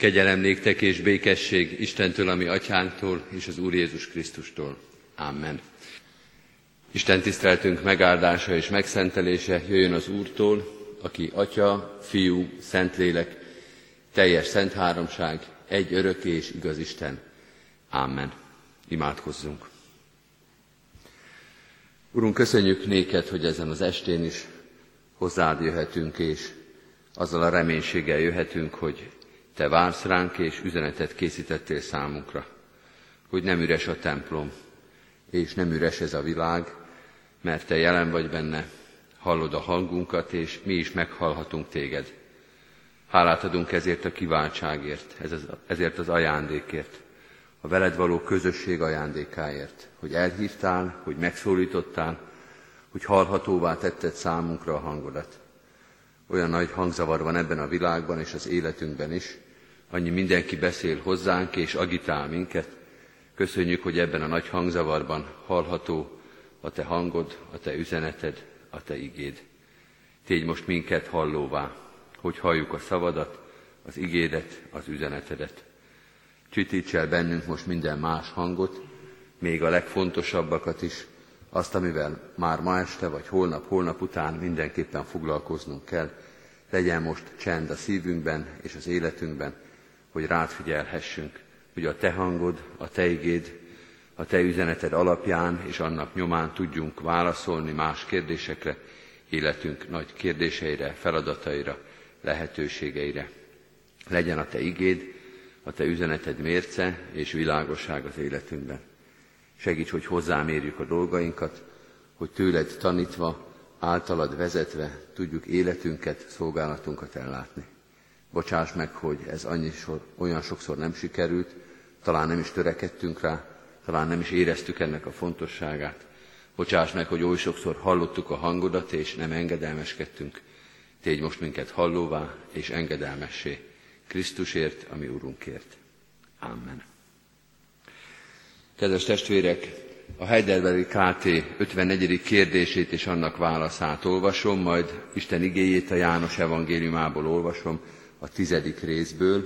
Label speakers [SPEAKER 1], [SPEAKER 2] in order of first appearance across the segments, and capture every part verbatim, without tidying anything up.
[SPEAKER 1] Kegyelem néktek és békesség Istentől, a mi atyánktól, és az Úr Jézus Krisztustól. Amen. Isten tiszteltünk megáldása és megszentelése jöjjön az Úrtól, aki Atya, Fiú, Szentlélek, teljes szent háromság, egy örök és igaz Isten. Amen. Imádkozzunk. Urunk, köszönjük néked, hogy ezen az estén is hozzád jöhetünk, és azzal a reménységgel jöhetünk, hogy te vársz ránk, és üzenetet készítettél számunkra, hogy nem üres a templom, és nem üres ez a világ, mert te jelen vagy benne, hallod a hangunkat, és mi is meghallhatunk téged. Hálát adunk ezért a kiváltságért, ezért az ajándékért, a veled való közösség ajándékáért, hogy elhívtál, hogy megszólítottál, hogy hallhatóvá tetted számunkra a hangodat. Olyan nagy hangzavar van ebben a világban és az életünkben is, annyi mindenki beszél hozzánk és agitál minket. Köszönjük, hogy ebben a nagy hangzavarban hallható a te hangod, a te üzeneted, a te igéd. Tégy most minket hallóvá, hogy halljuk a szavadat, az igédet, az üzenetedet. Csitíts el bennünk most minden más hangot, még a legfontosabbakat is, azt, amivel már ma este vagy holnap, holnap után mindenképpen foglalkoznunk kell. Legyen most csend a szívünkben és az életünkben, hogy rád figyelhessünk, hogy a te hangod, a te igéd, a te üzeneted alapján és annak nyomán tudjunk válaszolni más kérdésekre, életünk nagy kérdéseire, feladataira, lehetőségeire. Legyen a te igéd, a te üzeneted mérce és világosság az életünkben. Segíts, hogy hozzám érjük a dolgainkat, hogy tőled tanítva, általad vezetve tudjuk életünket, szolgálatunkat ellátni. Bocsáss meg, hogy ez annyiszor, olyan sokszor nem sikerült, talán nem is törekedtünk rá, talán nem is éreztük ennek a fontosságát. Bocsáss meg, hogy oly sokszor hallottuk a hangodat, és nem engedelmeskedtünk. Tégy most minket hallóvá és engedelmessé. Krisztusért, a mi Urunkért. Amen. Kedves testvérek, a Heidelbergi ká té ötvennegyedik kérdését és annak válaszát olvasom, majd Isten igéjét a János evangéliumából olvasom, a tizedik részből.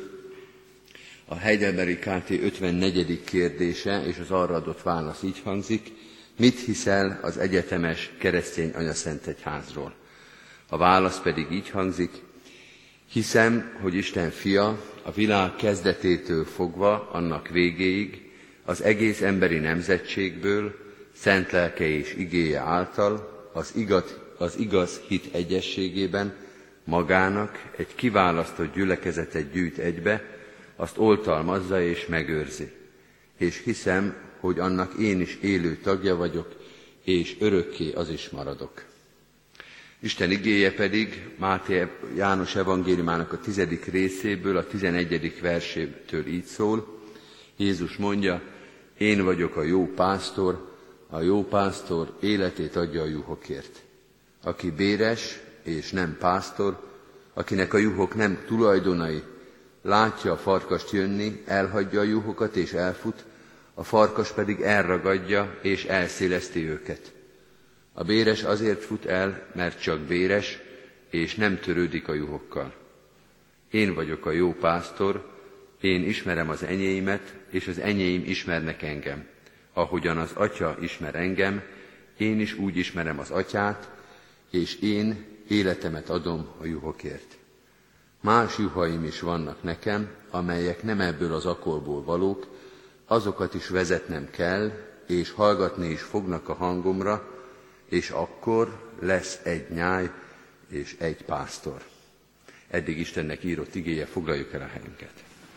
[SPEAKER 1] A Heidelbergi ká té ötvennegyedik kérdése és az arra adott válasz így hangzik: mit hiszel az egyetemes keresztény anyaszentegyházról? A válasz pedig így hangzik: hiszem, hogy Isten fia a világ kezdetétől fogva annak végéig az egész emberi nemzetségből, szent lelke és igéje által az igaz, az igaz hit egyességében magának egy kiválasztott gyülekezetet gyűjt egybe, azt oltalmazza és megőrzi. És hiszem, hogy annak én is élő tagja vagyok, és örökké az is maradok. Isten igéje pedig Máté János evangéliumának a tizedik részéből, a tizenegyedik versétől így szól. Jézus mondja: én vagyok a jó pásztor, a jó pásztor életét adja a juhokért. Aki béres és nem pásztor, akinek a juhok nem tulajdonai, látja a farkast jönni, elhagyja a juhokat és elfut, a farkas pedig elragadja és elszéleszti őket. A béres azért fut el, mert csak béres, és nem törődik a juhokkal. Én vagyok a jó pásztor, én ismerem az enyéimet, és az enyéim ismernek engem. Ahogyan az Atya ismer engem, én is úgy ismerem az Atyát, és én életemet adom a juhokért. Más juhaim is vannak nekem, amelyek nem ebből az akolból valók, azokat is vezetnem kell, és hallgatni is fognak a hangomra, és akkor lesz egy nyáj és egy pásztor. Eddig Istennek írott igéje, foglaljuk el a helyünket.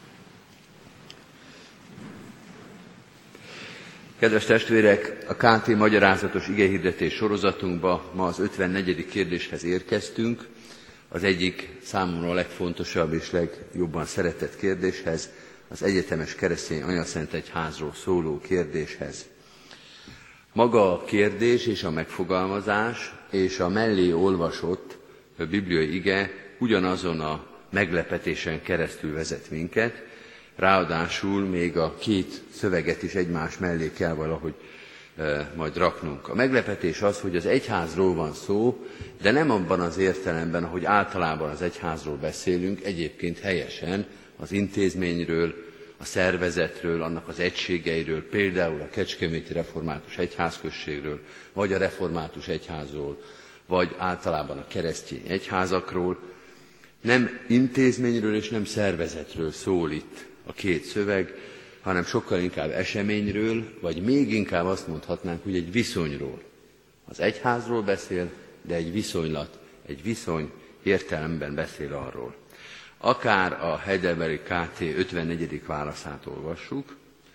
[SPEAKER 1] Kedves testvérek, a ká té magyarázatos igehirdetés sorozatunkba ma az ötvennegyedik kérdéshez érkeztünk, az egyik számomra a legfontosabb és legjobban szeretett kérdéshez, az egyetemes keresztény anyaszentegyházról szóló kérdéshez. Maga a kérdés és a megfogalmazás és a mellé olvasott a bibliai ige ugyanazon a meglepetésen keresztül vezet minket, ráadásul még a két szöveget is egymás mellé kell valahogy e, majd raknunk. A meglepetés az, hogy az egyházról van szó, de nem abban az értelemben, ahogy általában az egyházról beszélünk, egyébként helyesen az intézményről, a szervezetről, annak az egységeiről, például a Kecskeméti Református Egyházközségről, vagy a Református Egyházról, vagy általában a keresztény egyházakról. Nem intézményről és nem szervezetről szól itt a két szöveg, hanem sokkal inkább eseményről, vagy még inkább azt mondhatnánk, hogy egy viszonyról. Az egyházról beszél, de egy viszonylat, egy viszony értelemben beszél arról. Akár a Heidelbergi ká té ötvennegyedik válaszát olvassuk,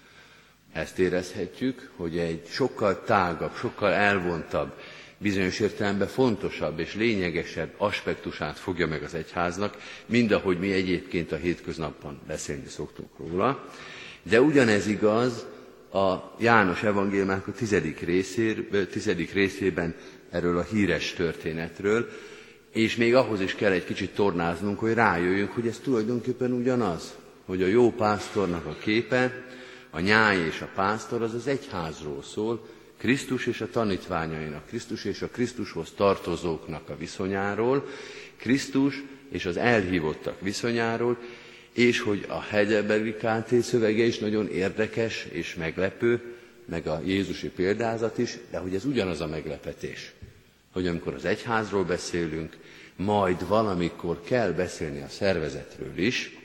[SPEAKER 1] ezt érezhetjük, hogy egy sokkal tágabb, sokkal elvontabb, bizonyos értelemben fontosabb és lényegesebb aspektusát fogja meg az egyháznak, mind ahogy mi egyébként a hétköznapban beszélni szoktunk róla. De ugyanez igaz a János evangéliumának a tizedik, részér, tizedik részében erről a híres történetről, és még ahhoz is kell egy kicsit tornáznunk, hogy rájöjjünk, hogy ez tulajdonképpen ugyanaz, hogy a jó pásztornak a képe, a nyáj és a pásztor, az az egyházról szól, Krisztus és a tanítványainak, Krisztus és a Krisztushoz tartozóknak a viszonyáról, Krisztus és az elhívottak viszonyáról, és hogy a Heidelbergi ká té szövege is nagyon érdekes és meglepő, meg a jézusi példázat is, de hogy ez ugyanaz a meglepetés, hogy amikor az egyházról beszélünk, majd valamikor kell beszélni a szervezetről is,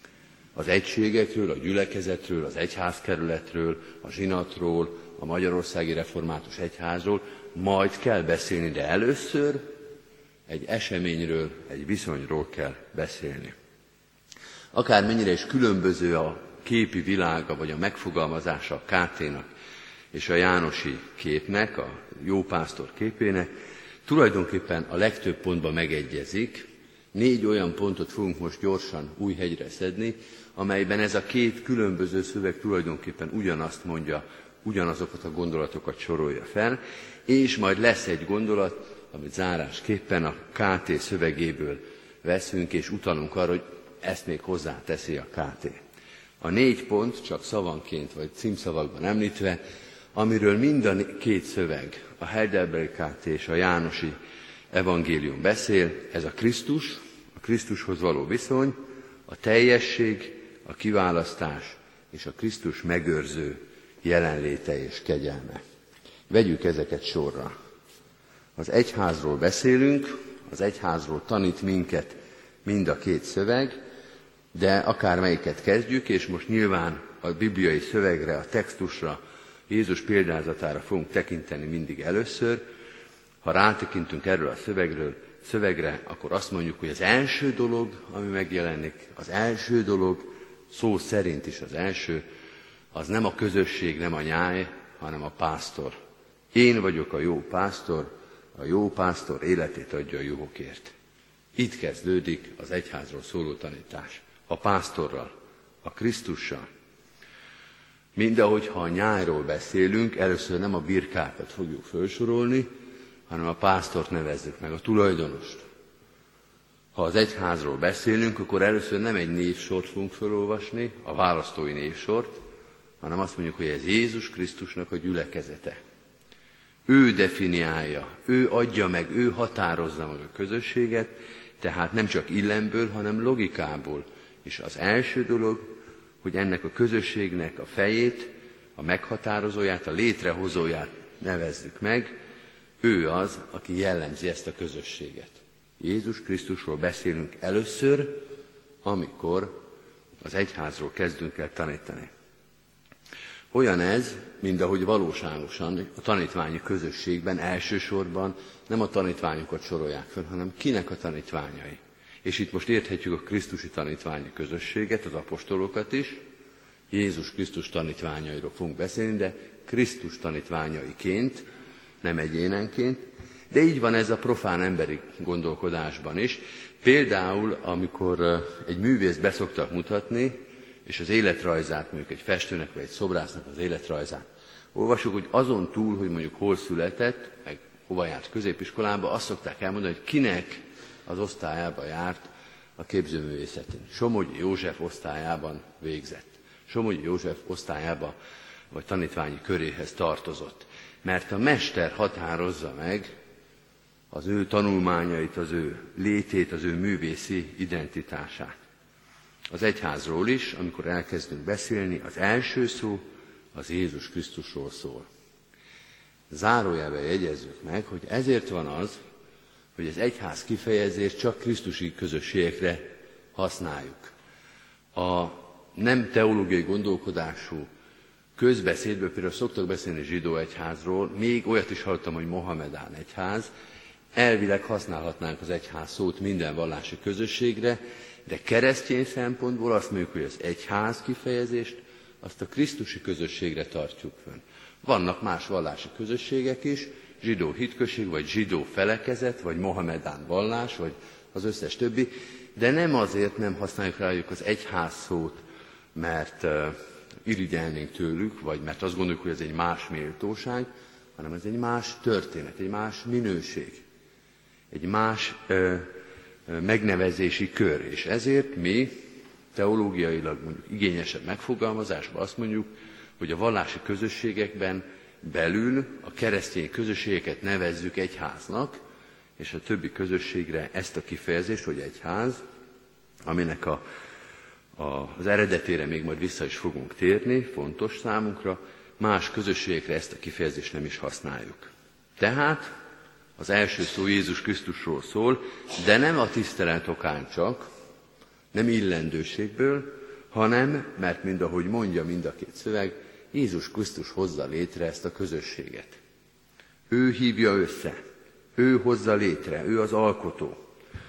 [SPEAKER 1] az egységekről, a gyülekezetről, az egyházkerületről, a zsinatról, a Magyarországi Református Egyházról, majd kell beszélni, de először egy eseményről, egy viszonyról kell beszélni. Akármennyire is különböző a képi világa, vagy a megfogalmazása a ká té-nak és a jánosi képnek, a jópásztor képének, tulajdonképpen a legtöbb pontban megegyezik. Négy olyan pontot fogunk most gyorsan új hegyre szedni, amelyben ez a két különböző szöveg tulajdonképpen ugyanazt mondja, ugyanazokat a gondolatokat sorolja fel, és majd lesz egy gondolat, amit zárásképpen a ká té szövegéből veszünk, és utalunk arra, hogy ezt még hozzáteszi a ká té. A négy pont csak szavanként vagy címszavakban említve, amiről mind a két szöveg, a Heidelbergi ká té és a jánosi evangélium beszél, ez a Krisztus, a Krisztushoz való viszony, a teljesség, a kiválasztás és a Krisztus megőrző jelenléte és kegyelme. Vegyük ezeket sorra. Az egyházról beszélünk, az egyházról tanít minket mind a két szöveg, de akármelyiket kezdjük, és most nyilván a bibliai szövegre, a textusra, Jézus példázatára fogunk tekinteni mindig először. Ha rátekintünk erről a szövegről, szövegre, akkor azt mondjuk, hogy az első dolog, ami megjelenik, az első dolog, szó szerint is az első, az nem a közösség, nem a nyáj, hanem a pásztor. Én vagyok a jó pásztor, a jó pásztor életét adja a juhokért. Itt kezdődik az egyházról szóló tanítás. A pásztorral, a Krisztussal. Mindahogy, ha a nyájról beszélünk, először nem a birkákat fogjuk felsorolni, hanem a pásztort nevezzük meg, a tulajdonost. Ha az egyházról beszélünk, akkor először nem egy névsort fogunk felolvasni, a választói névsort, hanem azt mondjuk, hogy ez Jézus Krisztusnak a gyülekezete. Ő definiálja, ő adja meg, ő határozza meg a közösséget, tehát nem csak illemből, hanem logikából. És az első dolog, hogy ennek a közösségnek a fejét, a meghatározóját, a létrehozóját nevezzük meg, ő az, aki jellemzi ezt a közösséget. Jézus Krisztusról beszélünk először, amikor az egyházról kezdünk el tanítani. Olyan ez, mint ahogy valóságosan a tanítványi közösségben elsősorban nem a tanítványokat sorolják fel, hanem kinek a tanítványai. És itt most érthetjük a krisztusi tanítványi közösséget, az apostolokat is. Jézus Krisztus tanítványairól fogunk beszélni, de Krisztus tanítványaiként, nem egyénenként. De így van ez a profán emberi gondolkodásban is. Például, amikor egy művész beszoktak mutatni, és az életrajzát, mondjuk egy festőnek vagy egy szobrásznak az életrajzát olvasjuk, hogy azon túl, hogy mondjuk hol született, meg hova járt középiskolába, azt szokták elmondani, hogy kinek az osztályába járt a képzőművészetén. Somogyi József osztályában végzett. Somogyi József osztályába vagy tanítványi köréhez tartozott. mert a Mester határozza meg az ő tanulmányait, az ő létét, az ő művészi identitását. Az egyházról is, amikor elkezdünk beszélni, az első szó az Jézus Krisztusról szól. Zárójelben jegyezzük meg, hogy ezért van az, hogy az egyház kifejezést csak krisztusi közösségekre használjuk. A nem teológiai gondolkodású közbeszédből például szoktak beszélni zsidó egyházról, még olyat is hallottam, hogy Mohamedán egyház. Elvileg használhatnánk az egyház szót minden vallási közösségre, de keresztény szempontból azt mondjuk, hogy az egyház kifejezést azt a krisztusi közösségre tartjuk fönn. Vannak más vallási közösségek is, zsidó hitközség, vagy zsidó felekezet, vagy Mohamedán vallás, vagy az összes többi, de nem azért nem használjuk rájuk az egyház szót, mert uh, irigyelnénk tőlük, vagy mert azt gondoljuk, hogy ez egy más méltóság, hanem ez egy más történet, egy más minőség, egy más uh, uh, megnevezési kör. És ezért mi teológiailag mondjuk igényesebb megfogalmazásban azt mondjuk, hogy a vallási közösségekben belül a keresztény közösségeket nevezzük egyháznak, és a többi közösségre ezt a kifejezést, hogy egyház, aminek a, a, az eredetére még majd vissza is fogunk térni, fontos számunkra, más közösségekre ezt a kifejezést nem is használjuk. Tehát az első szó Jézus Krisztusról szól, de nem a tisztelet okán csak, nem illendőségből, hanem, mert mind ahogy mondja mind a két szöveg, Jézus Krisztus hozza létre ezt a közösséget. Ő hívja össze, ő hozza létre, ő az alkotó.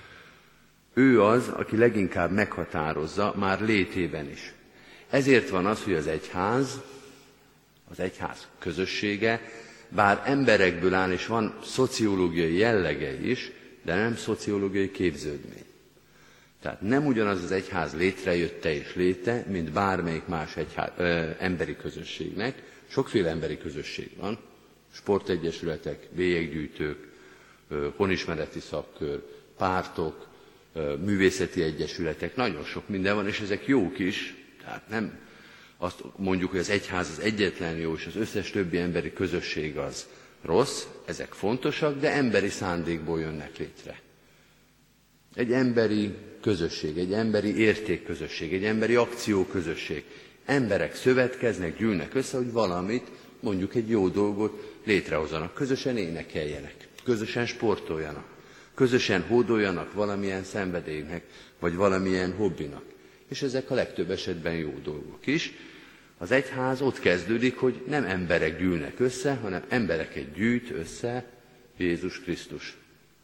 [SPEAKER 1] Ő az, aki leginkább meghatározza már létében is. Ezért van az, hogy az egyház, az egyház közössége, bár emberekből áll, és van szociológiai jellege is, de nem szociológiai képződmény. Tehát nem ugyanaz az egyház létrejötte és léte, mint bármelyik más egyház, ö, emberi közösségnek. Sokféle emberi közösség van, sportegyesületek, bélyeggyűjtők, ö, honismereti szakkör, pártok, ö, művészeti egyesületek, nagyon sok minden van, és ezek jók is, tehát nem azt mondjuk, hogy az egyház az egyetlen jó, és az összes többi emberi közösség az rossz, ezek fontosak, de emberi szándékból jönnek létre. Egy emberi közösség, egy emberi értékközösség, egy emberi akcióközösség. Emberek szövetkeznek, gyűlnek össze, hogy valamit, mondjuk egy jó dolgot létrehozzanak, közösen énekeljenek, közösen sportoljanak, közösen hódoljanak valamilyen szenvedélynek, vagy valamilyen hobbinak. És ezek a legtöbb esetben jó dolgok is. Az egyház ott kezdődik, hogy nem emberek gyűlnek össze, hanem embereket gyűjt össze Jézus Krisztus.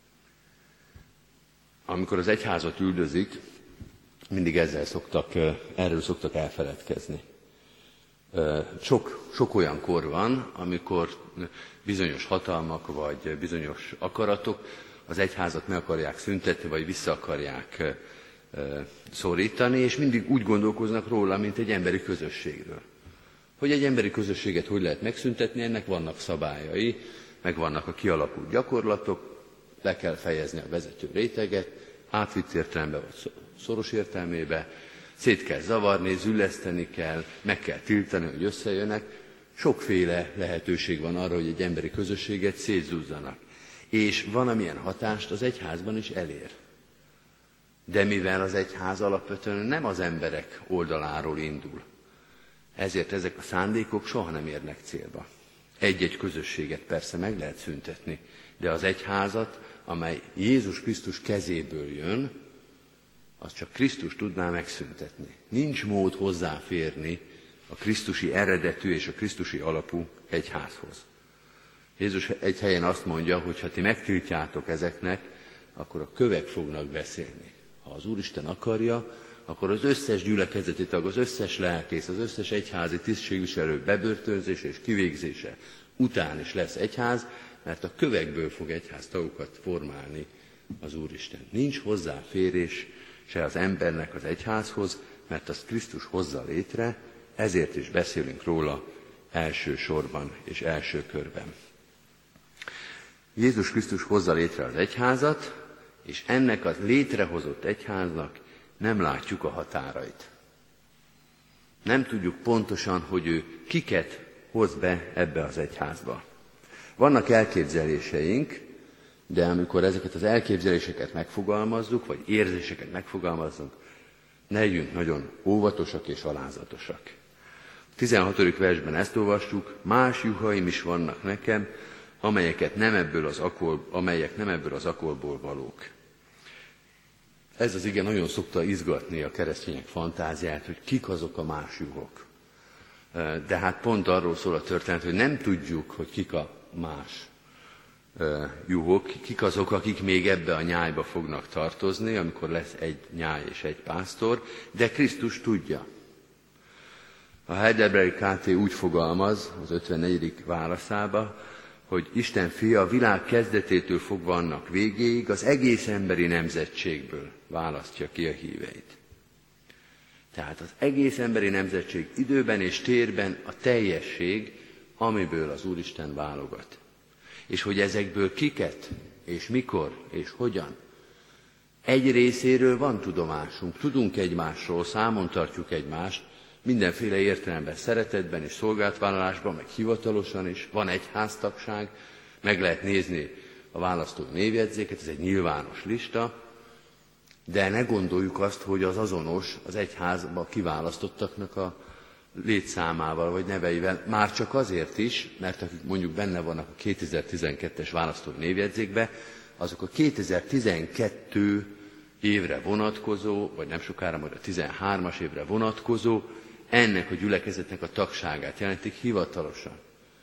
[SPEAKER 1] Amikor az egyházat üldözik, mindig ezzel szoktak, erről szoktak elfeledkezni. Sok, sok olyan kor van, amikor bizonyos hatalmak vagy bizonyos akaratok az egyházat meg akarják szüntetni, vagy vissza akarják szorítani, és mindig úgy gondolkoznak róla, mint egy emberi közösségről. Hogy egy emberi közösséget hogy lehet megszüntetni, ennek vannak szabályai, meg vannak a kialakult gyakorlatok, le kell fejezni a vezető réteget, átvitt értelemben vagy szoros értelmében, szét kell zavarni, zülleszteni kell, meg kell tiltani, hogy összejönnek. Sokféle lehetőség van arra, hogy egy emberi közösséget szétzúzzanak. És valamilyen hatást az egyházban is elér. De mivel az egyház alapvetően nem az emberek oldaláról indul, ezért ezek a szándékok soha nem érnek célba. Egy-egy közösséget persze meg lehet szüntetni, de az egyházat, amely Jézus Krisztus kezéből jön, azt csak Krisztus tudná megszüntetni. Nincs mód hozzáférni a krisztusi eredetű és a krisztusi alapú egyházhoz. Jézus egy helyen azt mondja, hogy ha ti megtiltjátok ezeknek, akkor a kövek fognak beszélni. Ha az Úristen akarja, akkor az összes gyülekezeti tag, az összes lelkész, az összes egyházi tisztségviselő bebörtönzése és kivégzése után is lesz egyház, mert a kövekből fog egyház tagokat formálni az Úristen. Nincs hozzáférés se az embernek az egyházhoz, mert azt Krisztus hozza létre, ezért is beszélünk róla első sorban és első körben. Jézus Krisztus hozza létre az egyházat, és ennek a létrehozott egyháznak nem látjuk a határait. Nem tudjuk pontosan, hogy ő kiket hoz be ebbe az egyházba. Vannak elképzeléseink, de amikor ezeket az elképzeléseket megfogalmazzuk, vagy érzéseket megfogalmazzunk, ne legyünk nagyon óvatosak és alázatosak. A tizenhatodik versben ezt olvassuk, más juhaim is vannak nekem, amelyeket nem ebből az akol, amelyek nem ebből az akolból valók. Ez az ige nagyon szokta izgatni a keresztények fantáziát, hogy kik azok a más juhok. De hát pont arról szól a történet, hogy nem tudjuk, hogy kik a más juhok, kik azok, akik még ebbe a nyájba fognak tartozni, amikor lesz egy nyáj és egy pásztor, de Krisztus tudja. A Heidelbergi ká té úgy fogalmaz az ötvennegyedik válaszába, hogy Isten fia a világ kezdetétől fogva annak végéig az egész emberi nemzetségből választja ki a híveit. Tehát az egész emberi nemzetség időben és térben a teljesség, amiből az Úristen válogat. És hogy ezekből kiket, és mikor, és hogyan. Egy részéről van tudomásunk, tudunk egymásról, számon tartjuk egymást, mindenféle értelemben, szeretetben és szolgálatvállalásban, meg hivatalosan is, van egyháztagság, meg lehet nézni a választók névjegyzéket, ez egy nyilvános lista, de ne gondoljuk azt, hogy az azonos az egyházba kiválasztottaknak a létszámával vagy neveivel, már csak azért is, mert akik mondjuk benne vannak a kétezer-tizenkettes választók névjegyzékbe, azok a kétezer-tizenkettő évre vonatkozó, vagy nem sokára majd a tizenhármas évre vonatkozó, ennek a gyülekezetnek a tagságát jelentik hivatalosan.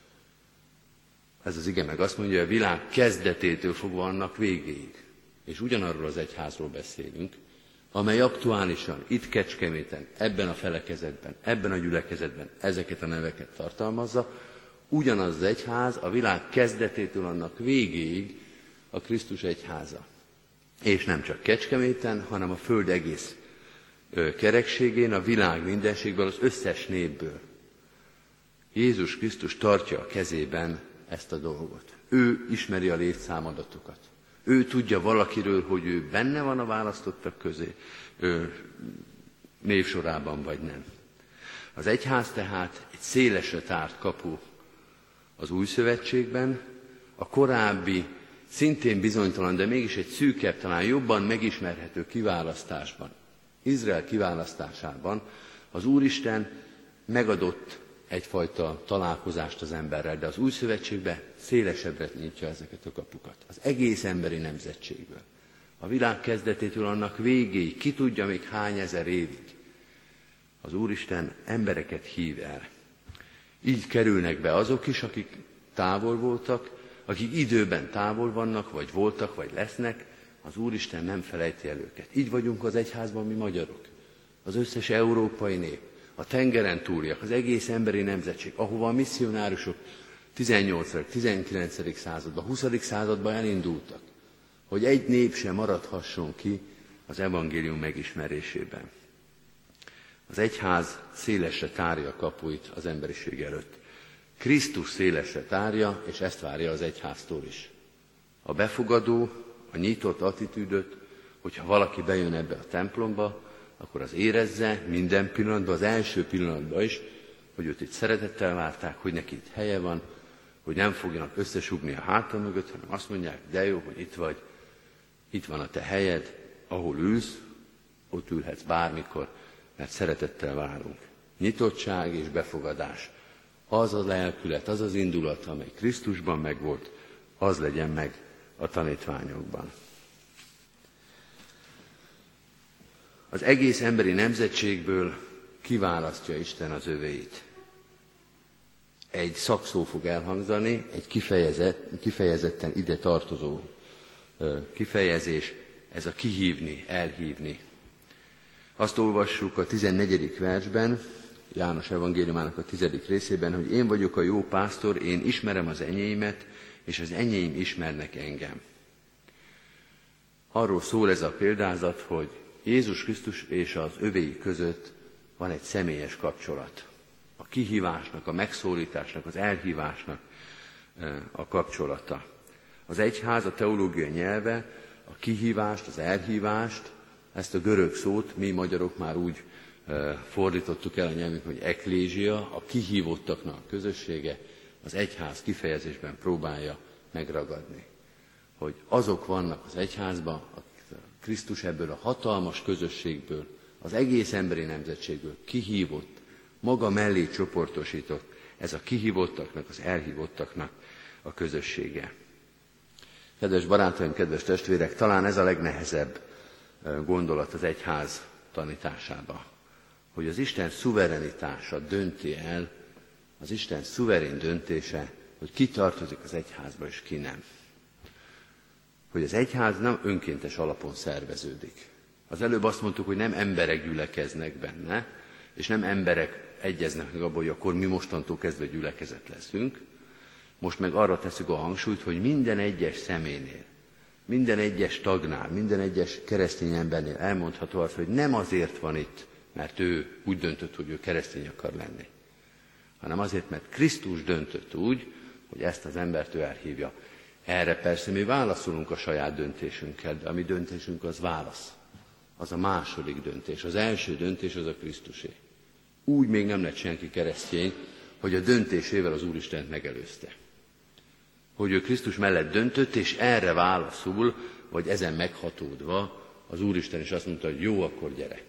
[SPEAKER 1] Ez az ige meg azt mondja, hogy a világ kezdetétől fogva annak végéig. És ugyanarról az egyházról beszélünk, amely aktuálisan itt Kecskeméten, ebben a felekezetben, ebben a gyülekezetben ezeket a neveket tartalmazza, ugyanaz az egyház a világ kezdetétől annak végéig a Krisztus egyháza. És nem csak Kecskeméten, hanem a föld egész kerekségén, a világ mindenségből, az összes népből. Jézus Krisztus tartja a kezében ezt a dolgot. Ő ismeri a létszámadatokat. Ő tudja valakiről, hogy ő benne van a választottak közé, ő névsorában vagy nem. Az egyház tehát egy szélesre tárt kapu az új szövetségben, a korábbi, szintén bizonytalan, de mégis egy szűkebb, talán jobban megismerhető kiválasztásban, Izrael kiválasztásában az Úristen megadott egyfajta találkozást az emberrel, de az új szövetségben szélesebbre nyitja ezeket a kapukat. Az egész emberi nemzetségből. A világ kezdetétől annak végéig, ki tudja még hány ezer évig. Az Úristen embereket hív el. Így kerülnek be azok is, akik távol voltak, akik időben távol vannak, vagy voltak, vagy lesznek, az Úristen nem felejti el őket. Így vagyunk az egyházban mi magyarok. Az összes európai nép, a tengeren túliak, az egész emberi nemzetség, ahova a misszionárusok tizennyolcadik tizenkilencedik században, huszadik században elindultak, hogy egy nép sem maradhasson ki az evangélium megismerésében. Az egyház szélesre tárja a kapuit az emberiség előtt. Krisztus szélesre tárja, és ezt várja az egyháztól is. A befogadó, a nyitott attitűdöt, hogyha valaki bejön ebbe a templomba, akkor az érezze minden pillanatban, az első pillanatban is, hogy őt itt szeretettel várták, hogy neki itt helye van, hogy nem fogjanak összesugni a hátam mögött, hanem azt mondják, de jó, hogy itt vagy, itt van a te helyed, ahol ülsz, ott ülhetsz bármikor, mert szeretettel várunk. Nyitottság és befogadás. Az a lelkület, az az indulat, amely Krisztusban megvolt, az legyen meg a tanítványokban. Az egész emberi nemzetségből kiválasztja Isten az övéit. Egy szakszó fog elhangzani, egy kifejezett, kifejezetten ide tartozó kifejezés, ez a kihívni, elhívni. Azt olvassuk a tizennegyedik versben, János evangéliumának a tizedik részében, hogy én vagyok a jó pásztor, én ismerem az enyéimet, és az enyéim ismernek engem. Arról szól ez a példázat, hogy Jézus Krisztus és az övéi között van egy személyes kapcsolat. A kihívásnak, a megszólításnak, az elhívásnak a kapcsolata. Az egyház, a teológia nyelve a kihívást, az elhívást, ezt a görög szót mi magyarok már úgy fordítottuk el a nyelvünk, hogy eklézsia, a kihívottaknak a közössége, az egyház kifejezésben próbálja megragadni. Hogy azok vannak az egyházban, a Krisztus ebből a hatalmas közösségből, az egész emberi nemzetségből kihívott, maga mellé csoportosított, ez a kihívottaknak, az elhívottaknak a közössége. Kedves barátaim, kedves testvérek, talán ez a legnehezebb gondolat az egyház tanításában, hogy az Isten szuverenitása dönti el, az Isten szuverén döntése, hogy ki tartozik az egyházba és ki nem. Hogy az egyház nem önkéntes alapon szerveződik. Az előbb azt mondtuk, hogy nem emberek gyülekeznek benne, és nem emberek egyeznek meg abban, hogy akkor mi mostantól kezdve gyülekezet leszünk. Most meg arra tesszük a hangsúlyt, hogy minden egyes személynél, minden egyes tagnál, minden egyes keresztény embernél elmondható az, hogy nem azért van itt, mert ő úgy döntött, hogy ő keresztény akar lenni, hanem azért, mert Krisztus döntött úgy, hogy ezt az embert ő elhívja. Erre persze mi válaszolunk a saját döntésünkkel, de a mi döntésünk az válasz. Az a második döntés. Az első döntés az a Krisztusé. Úgy még nem lett senki keresztény, hogy a döntésével az Úristent megelőzte. Hogy ő Krisztus mellett döntött, és erre válaszul, vagy ezen meghatódva, az Úristen is azt mondta, hogy jó, akkor gyere.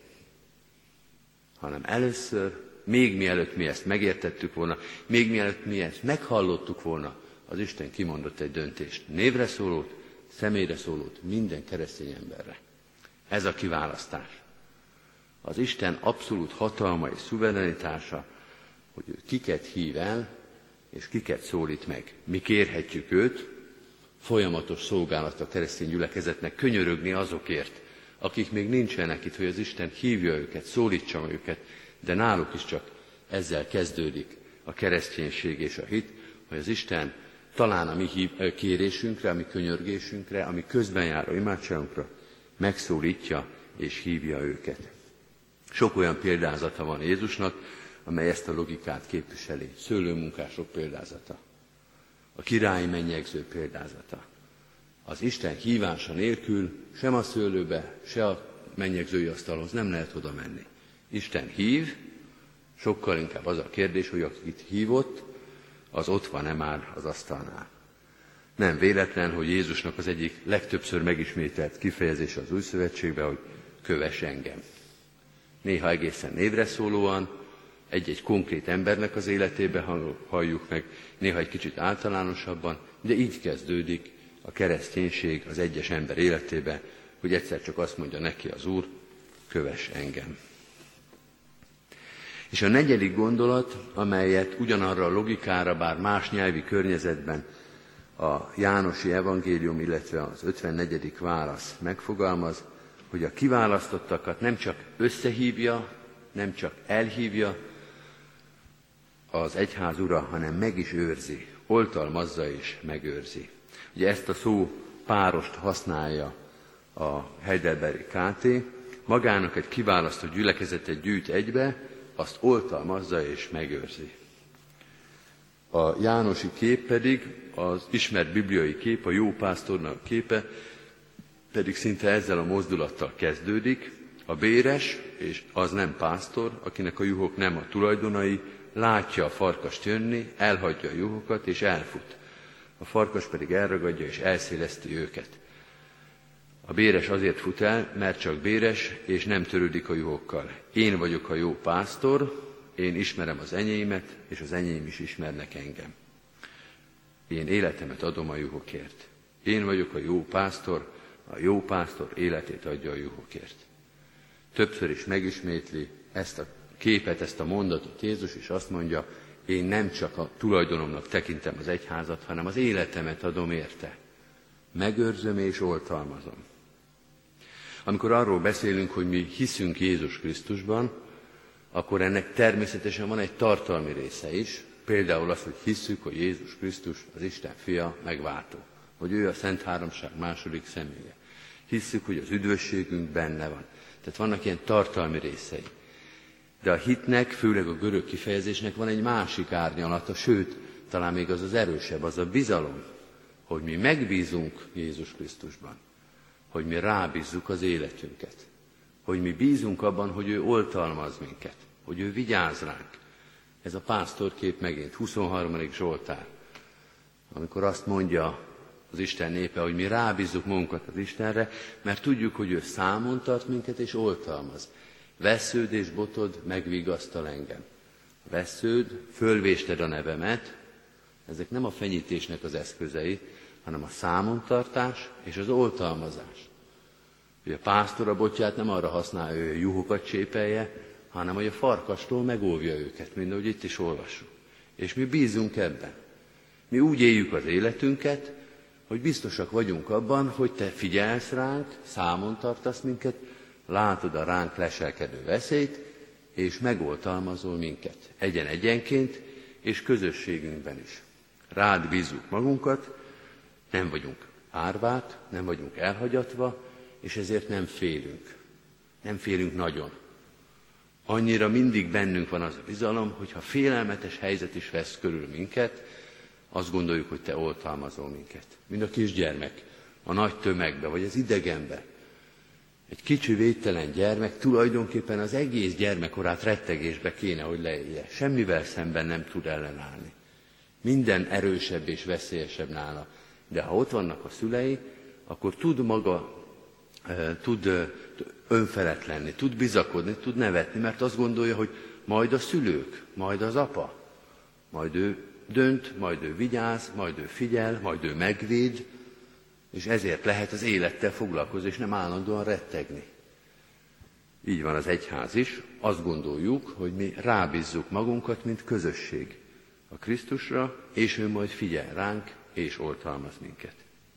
[SPEAKER 1] Hanem először, még mielőtt mi ezt megértettük volna, még mielőtt mi ezt meghallottuk volna, az Isten kimondott egy döntést. Névre szólót, személyre szólót, minden keresztény emberre. Ez a kiválasztás. Az Isten abszolút hatalma és szuverenitása, hogy ő kiket hív el, és kiket szólít meg. Mi kérhetjük őt, folyamatos szolgálat a keresztény gyülekezetnek, könyörögni azokért, akik még nincsenek itt, hogy az Isten hívja őket, szólítsa őket, de náluk is csak ezzel kezdődik a kereszténység és a hit, hogy az Isten talán a mi hív, kérésünkre, a mi könyörgésünkre, a mi közben járó imádságunkra megszólítja és hívja őket. Sok olyan példázata van Jézusnak, amely ezt a logikát képviseli. Szőlőmunkások példázata, a királyi mennyegző példázata. Az Isten hívása nélkül sem a szőlőbe, se a mennyegzői asztalhoz nem lehet oda menni. Isten hív, sokkal inkább az a kérdés, hogy akit hívott, az ott van-e már az asztalnál. Nem véletlen, hogy Jézusnak az egyik legtöbbször megismételt kifejezése az Új Szövetségben, hogy kövess engem. Néha egészen névre szólóan, egy-egy konkrét embernek az életébe halljuk meg, néha egy kicsit általánosabban, de így kezdődik a kereszténység az egyes ember életébe, hogy egyszer csak azt mondja neki az Úr, kövess engem. És a negyedik gondolat, amelyet ugyanarra a logikára, bár más nyelvi környezetben a Jánosi evangélium, illetve az ötvennegyedik válasz megfogalmaz, hogy a kiválasztottakat nem csak összehívja, nem csak elhívja az egyház ura, hanem meg is őrzi, oltalmazza és megőrzi. Ugye ezt a szó párost használja a Heidelbergi ká té, magának egy kiválasztott gyülekezetet gyűjt egybe, azt oltalmazza és megőrzi. A jánosi kép pedig, az ismert bibliai kép, a jó pásztornak képe, pedig szinte ezzel a mozdulattal kezdődik. A béres, és az nem pásztor, akinek a juhok nem a tulajdonai, látja a farkast jönni, elhagyja a juhokat és elfut. A farkas pedig elragadja és elszéleszti őket. A béres azért fut el, mert csak béres, és nem törődik a juhokkal. Én vagyok a jó pásztor, én ismerem az enyémet, és az enyém is ismernek engem. Én életemet adom a juhokért. Én vagyok a jó pásztor, a jó pásztor életét adja a juhokért. Többször is megismétli ezt a képet, ezt a mondatot Jézus, és azt mondja, én nem csak a tulajdonomnak tekintem az egyházat, hanem az életemet adom érte. Megőrzöm és oltalmazom. Amikor arról beszélünk, hogy mi hiszünk Jézus Krisztusban, akkor ennek természetesen van egy tartalmi része is, például az, hogy hisszük, hogy Jézus Krisztus az Isten fia, megváltó, hogy ő a Szent Háromság második személye. Hisszük, hogy az üdvösségünk benne van. Tehát vannak ilyen tartalmi részei. De a hitnek, főleg a görög kifejezésnek van egy másik árnyalata, sőt, talán még az az erősebb, az a bizalom, hogy mi megbízunk Jézus Krisztusban, hogy mi rábízzuk az életünket, hogy mi bízunk abban, hogy ő oltalmaz minket, hogy ő vigyáz ránk, Ez a pásztorkép megint, huszonharmadik Zsoltár, amikor azt mondja az Isten népe, hogy mi rábízzuk magunkat az Istenre, mert tudjuk, hogy ő számon tart minket és oltalmaz. Vessződ és botod megvigasztal engem. Vessződ, fölvésted a nevemet, ezek nem a fenyítésnek az eszközei, hanem a számontartás és az oltalmazás. Hogy a pásztor a botját nem arra használja, hogy a juhokat csépelje, hanem hogy a farkastól megóvja őket, mint ahogy itt is olvassuk. És mi bízunk ebben. Mi úgy éljük az életünket, hogy biztosak vagyunk abban, hogy te figyelsz ránk, számon tartasz minket, látod a ránk leselkedő veszélyt, és megoltalmazol minket egyen-egyenként, és közösségünkben is. Rád bízzuk magunkat, nem vagyunk árvát, nem vagyunk elhagyatva, és ezért nem félünk. Nem félünk nagyon. Annyira mindig bennünk van az a bizalom, hogy ha félelmetes helyzet is vesz körül minket, azt gondoljuk, hogy te oltalmazol minket. Mint a kisgyermek, a nagy tömegbe, vagy az idegenbe. Egy kicsi védtelen gyermek tulajdonképpen az egész gyermekkorát rettegésbe kéne, hogy leélje. Semmivel szemben nem tud ellenállni. Minden erősebb és veszélyesebb nála. De ha ott vannak a szülei, akkor tud maga, tud önfelett lenni, tud bizakodni, tud nevetni, mert azt gondolja, hogy majd a szülők, majd az apa, majd ő dönt, majd ő vigyáz, majd ő figyel, majd ő megvéd, és ezért lehet az élettel foglalkozni, és nem állandóan rettegni. Így van az egyház is, azt gondoljuk, hogy mi rábízzuk magunkat, mint közösség a Krisztusra, és ő majd figyel ránk, és oltalmaz minket.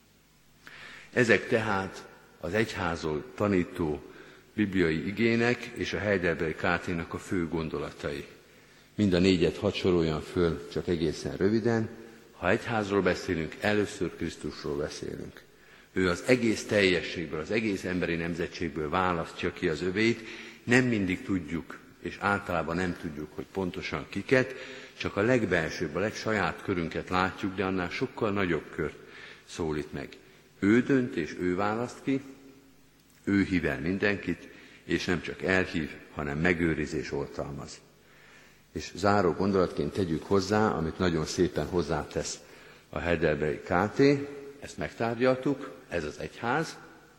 [SPEAKER 1] Ezek tehát az egyházol tanító bibliai igének és a Heidelbergi ká té-nak a fő gondolatai. Mind a négyet hadd soroljam föl, csak egészen röviden. Ha egyházról beszélünk, először Krisztusról beszélünk. Ő az egész teljességből, az egész emberi nemzetségből választja ki az övét. Nem mindig tudjuk, és általában nem tudjuk, hogy pontosan kiket, csak a legbelsőbb, a legsaját körünket látjuk, de annál sokkal nagyobb kört szólít meg. Ő dönt és ő választ ki, ő hív el mindenkit, és nem csak elhív, hanem megőriz és oltalmaz. És záró gondolatként tegyük hozzá, amit nagyon szépen hozzátesz a Heidelbergi ká té, ezt megtárgyaltuk, ez az egyház,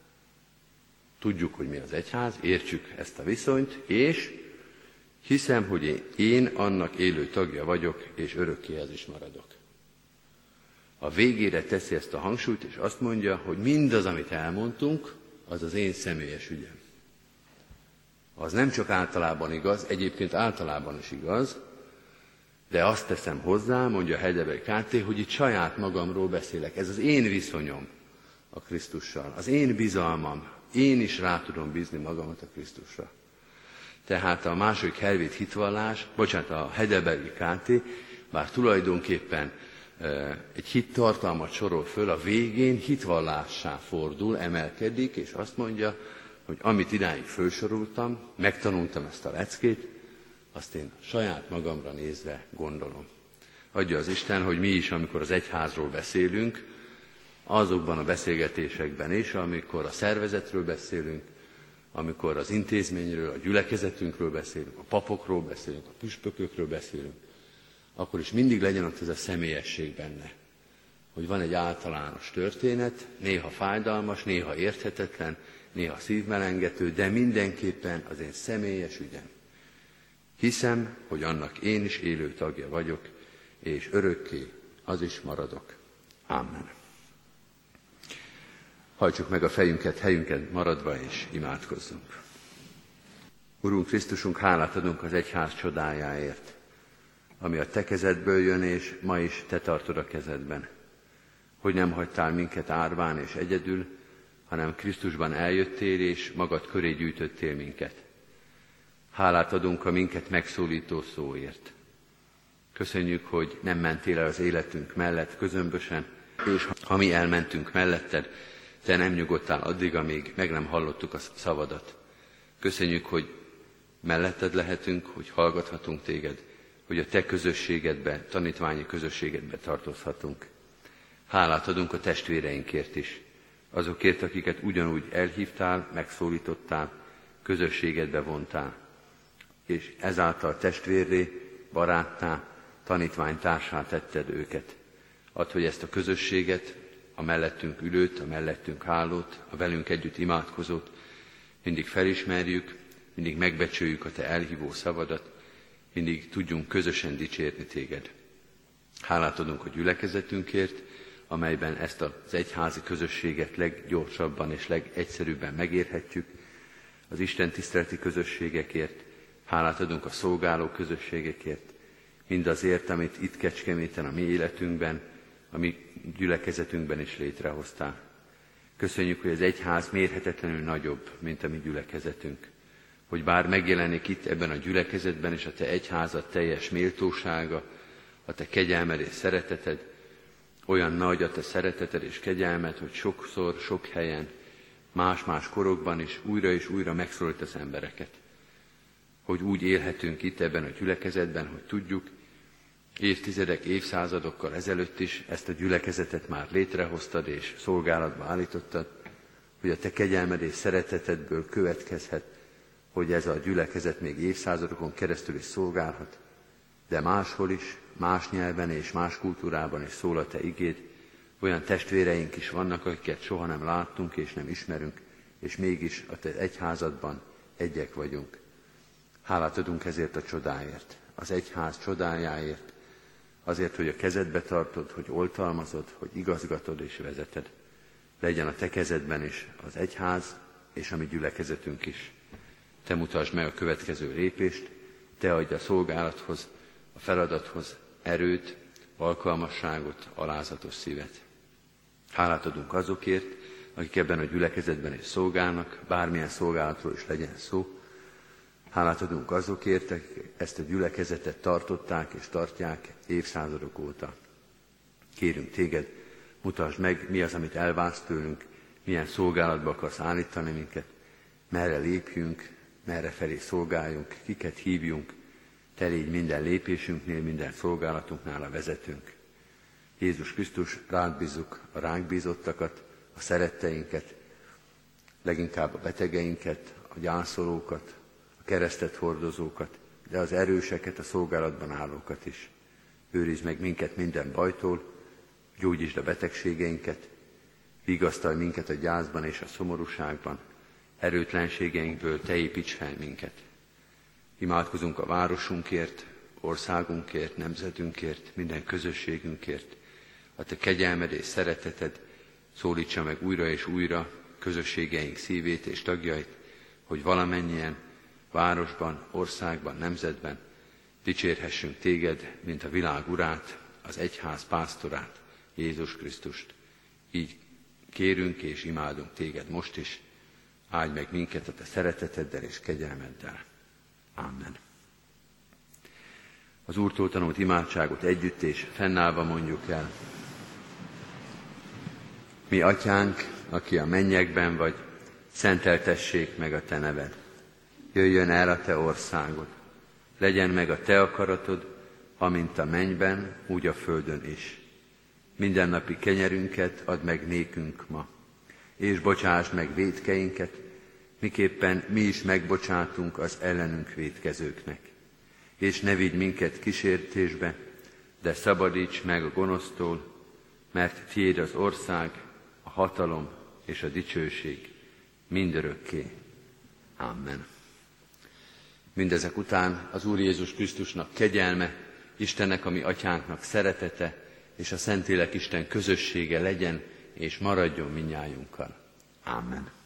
[SPEAKER 1] tudjuk, hogy mi az egyház, értsük ezt a viszonyt, és hiszem, hogy én annak élő tagja vagyok, és örökké ez is maradok. A végére teszi ezt a hangsúlyt, és azt mondja, hogy mindaz, amit elmondtunk, az az én személyes ügyem. Az nem csak általában igaz, egyébként általában is igaz, de azt teszem hozzá, mondja a Heidelbergi ká té, hogy itt saját magamról beszélek. Ez az én viszonyom a Krisztussal, az én bizalmam. Én is rá tudom bízni magamat a Krisztusra. Tehát a második helvét hitvallás, bocsánat, a Heidelbergi ká té, bár tulajdonképpen e, egy hittartalmat sorol föl, a végén hitvallássá fordul, emelkedik, és azt mondja, hogy amit idáig felsoroltam, megtanultam ezt a leckét, azt én saját magamra nézve gondolom. Adja az Isten, hogy mi is, amikor az egyházról beszélünk, azokban a beszélgetésekben is, amikor a szervezetről beszélünk, amikor az intézményről, a gyülekezetünkről beszélünk, a papokról beszélünk, a püspökökről beszélünk, akkor is mindig legyen ott ez a személyesség benne. Hogy van egy általános történet, néha fájdalmas, néha érthetetlen, néha szívmelengető, de mindenképpen az én személyes ügyem. Hiszem, hogy annak én is élő tagja vagyok, és örökké az is maradok. Amen. Hajtsuk meg a fejünket, helyünket maradva, és imádkozzunk. Urunk Krisztusunk, hálát adunk az egyház csodájáért, ami a te kezedből jön, és ma is te tartod a kezedben. Hogy nem hagytál minket árván és egyedül, hanem Krisztusban eljöttél, és magad köré gyűjtöttél minket. Hálát adunk a minket megszólító szóért. Köszönjük, hogy nem mentél el az életünk mellett közömbösen, és ha mi elmentünk melletted, te nem nyugodtál addig, amíg meg nem hallottuk a szavadat. Köszönjük, hogy melletted lehetünk, hogy hallgathatunk téged, hogy a te közösségedbe, tanítványi közösségedbe tartozhatunk. Hálát adunk a testvéreinkért is, azokért, akiket ugyanúgy elhívtál, megszólítottál, közösségedbe vontál, és ezáltal testvérré baráttá, tanítványtársá tetted őket. Add, hogy ezt a közösséget, a mellettünk ülőt, a mellettünk állót, a velünk együtt imádkozót mindig felismerjük, mindig megbecsüljük a te elhívó szavadat, mindig tudjunk közösen dicsérni téged. Hálát adunk a gyülekezetünkért, amelyben ezt az egyházi közösséget leggyorsabban és legegyszerűbben megérhetjük, az Isten tiszteleti közösségekért, hálát adunk a szolgáló közösségekért, mindazért, amit itt Kecskeméten, a mi életünkben, a mi gyülekezetünkben is létrehoztál. Köszönjük, hogy az egyház mérhetetlenül nagyobb, mint a mi gyülekezetünk. Hogy bár megjelenik itt ebben a gyülekezetben is a te egyházad teljes méltósága, a te kegyelmed és szereteted, olyan nagy a te szereteted és kegyelmed, hogy sokszor, sok helyen, más-más korokban is újra és újra megszólít az embereket. Hogy úgy élhetünk itt ebben a gyülekezetben, hogy tudjuk, évtizedek, évszázadokkal ezelőtt is ezt a gyülekezetet már létrehoztad és szolgálatba állítottad, hogy a te kegyelmed és szeretetedből következhet, hogy ez a gyülekezet még évszázadokon keresztül is szolgálhat, de máshol is, más nyelven és más kultúrában is szól a te igéd. Olyan testvéreink is vannak, akiket soha nem láttunk és nem ismerünk, és mégis a te egyházadban egyek vagyunk. Hálát adunk ezért a csodáért, az egyház csodájáért, azért, hogy a kezedbe tartod, hogy oltalmazod, hogy igazgatod és vezeted. Legyen a te kezedben is az egyház és a mi gyülekezetünk is. Te mutasd meg a következő lépést, te adj a szolgálathoz, a feladathoz erőt, alkalmasságot, alázatos szívet. Hálát adunk azokért, akik ebben a gyülekezetben is szolgálnak, bármilyen szolgálatról is legyen szó. Hálát adunk azokért, akik ezt a gyülekezetet tartották és tartják évszázadok óta. Kérünk téged, mutasd meg, mi az, amit elvársz tőlünk, milyen szolgálatba akarsz állítani minket, merre lépjünk, merre felé szolgáljunk, kiket hívjunk, te légy minden lépésünknél, minden szolgálatunknál a vezetőnk. Jézus Krisztus, rád bízzuk a ránk bízottakat, a szeretteinket, leginkább a betegeinket, a gyászolókat, a keresztet hordozókat, de az erőseket, a szolgálatban állókat is. Őrizd meg minket minden bajtól, gyógyítsd a betegségeinket, vigasztalj minket a gyászban és a szomorúságban, erőtlenségeinkből te építs fel minket. Imádkozunk a városunkért, országunkért, nemzetünkért, minden közösségünkért. A te kegyelmed és szereteted szólítsa meg újra és újra közösségeink szívét és tagjait, hogy valamennyien városban, országban, nemzetben dicsérhessünk téged, mint a világ urát, az egyház pásztorát, Jézus Krisztust. Így kérünk és imádunk téged most is, áldj meg minket a te szereteteddel és kegyelmeddel. Amen. Az Úrtól tanult imádságot együtt és fennállva mondjuk el. Mi atyánk, aki a mennyekben vagy, szenteltessék meg a te neved. Jöjjön el a te országod. Legyen meg a te akaratod, amint a mennyben, úgy a földön is. Mindennapi kenyerünket add meg nékünk ma, és bocsásd meg vétkeinket, miképpen mi is megbocsátunk az ellenünk vétkezőknek. És ne vigy minket kísértésbe, de szabadíts meg a gonosztól, mert tiéd az ország, a hatalom és a dicsőség mindörökké. Amen. Mindezek után az Úr Jézus Krisztusnak kegyelme, Istennek, a mi atyánknak szeretete, és a Szentlélek Isten közössége legyen és maradjon mindnyájunkkal. Amen.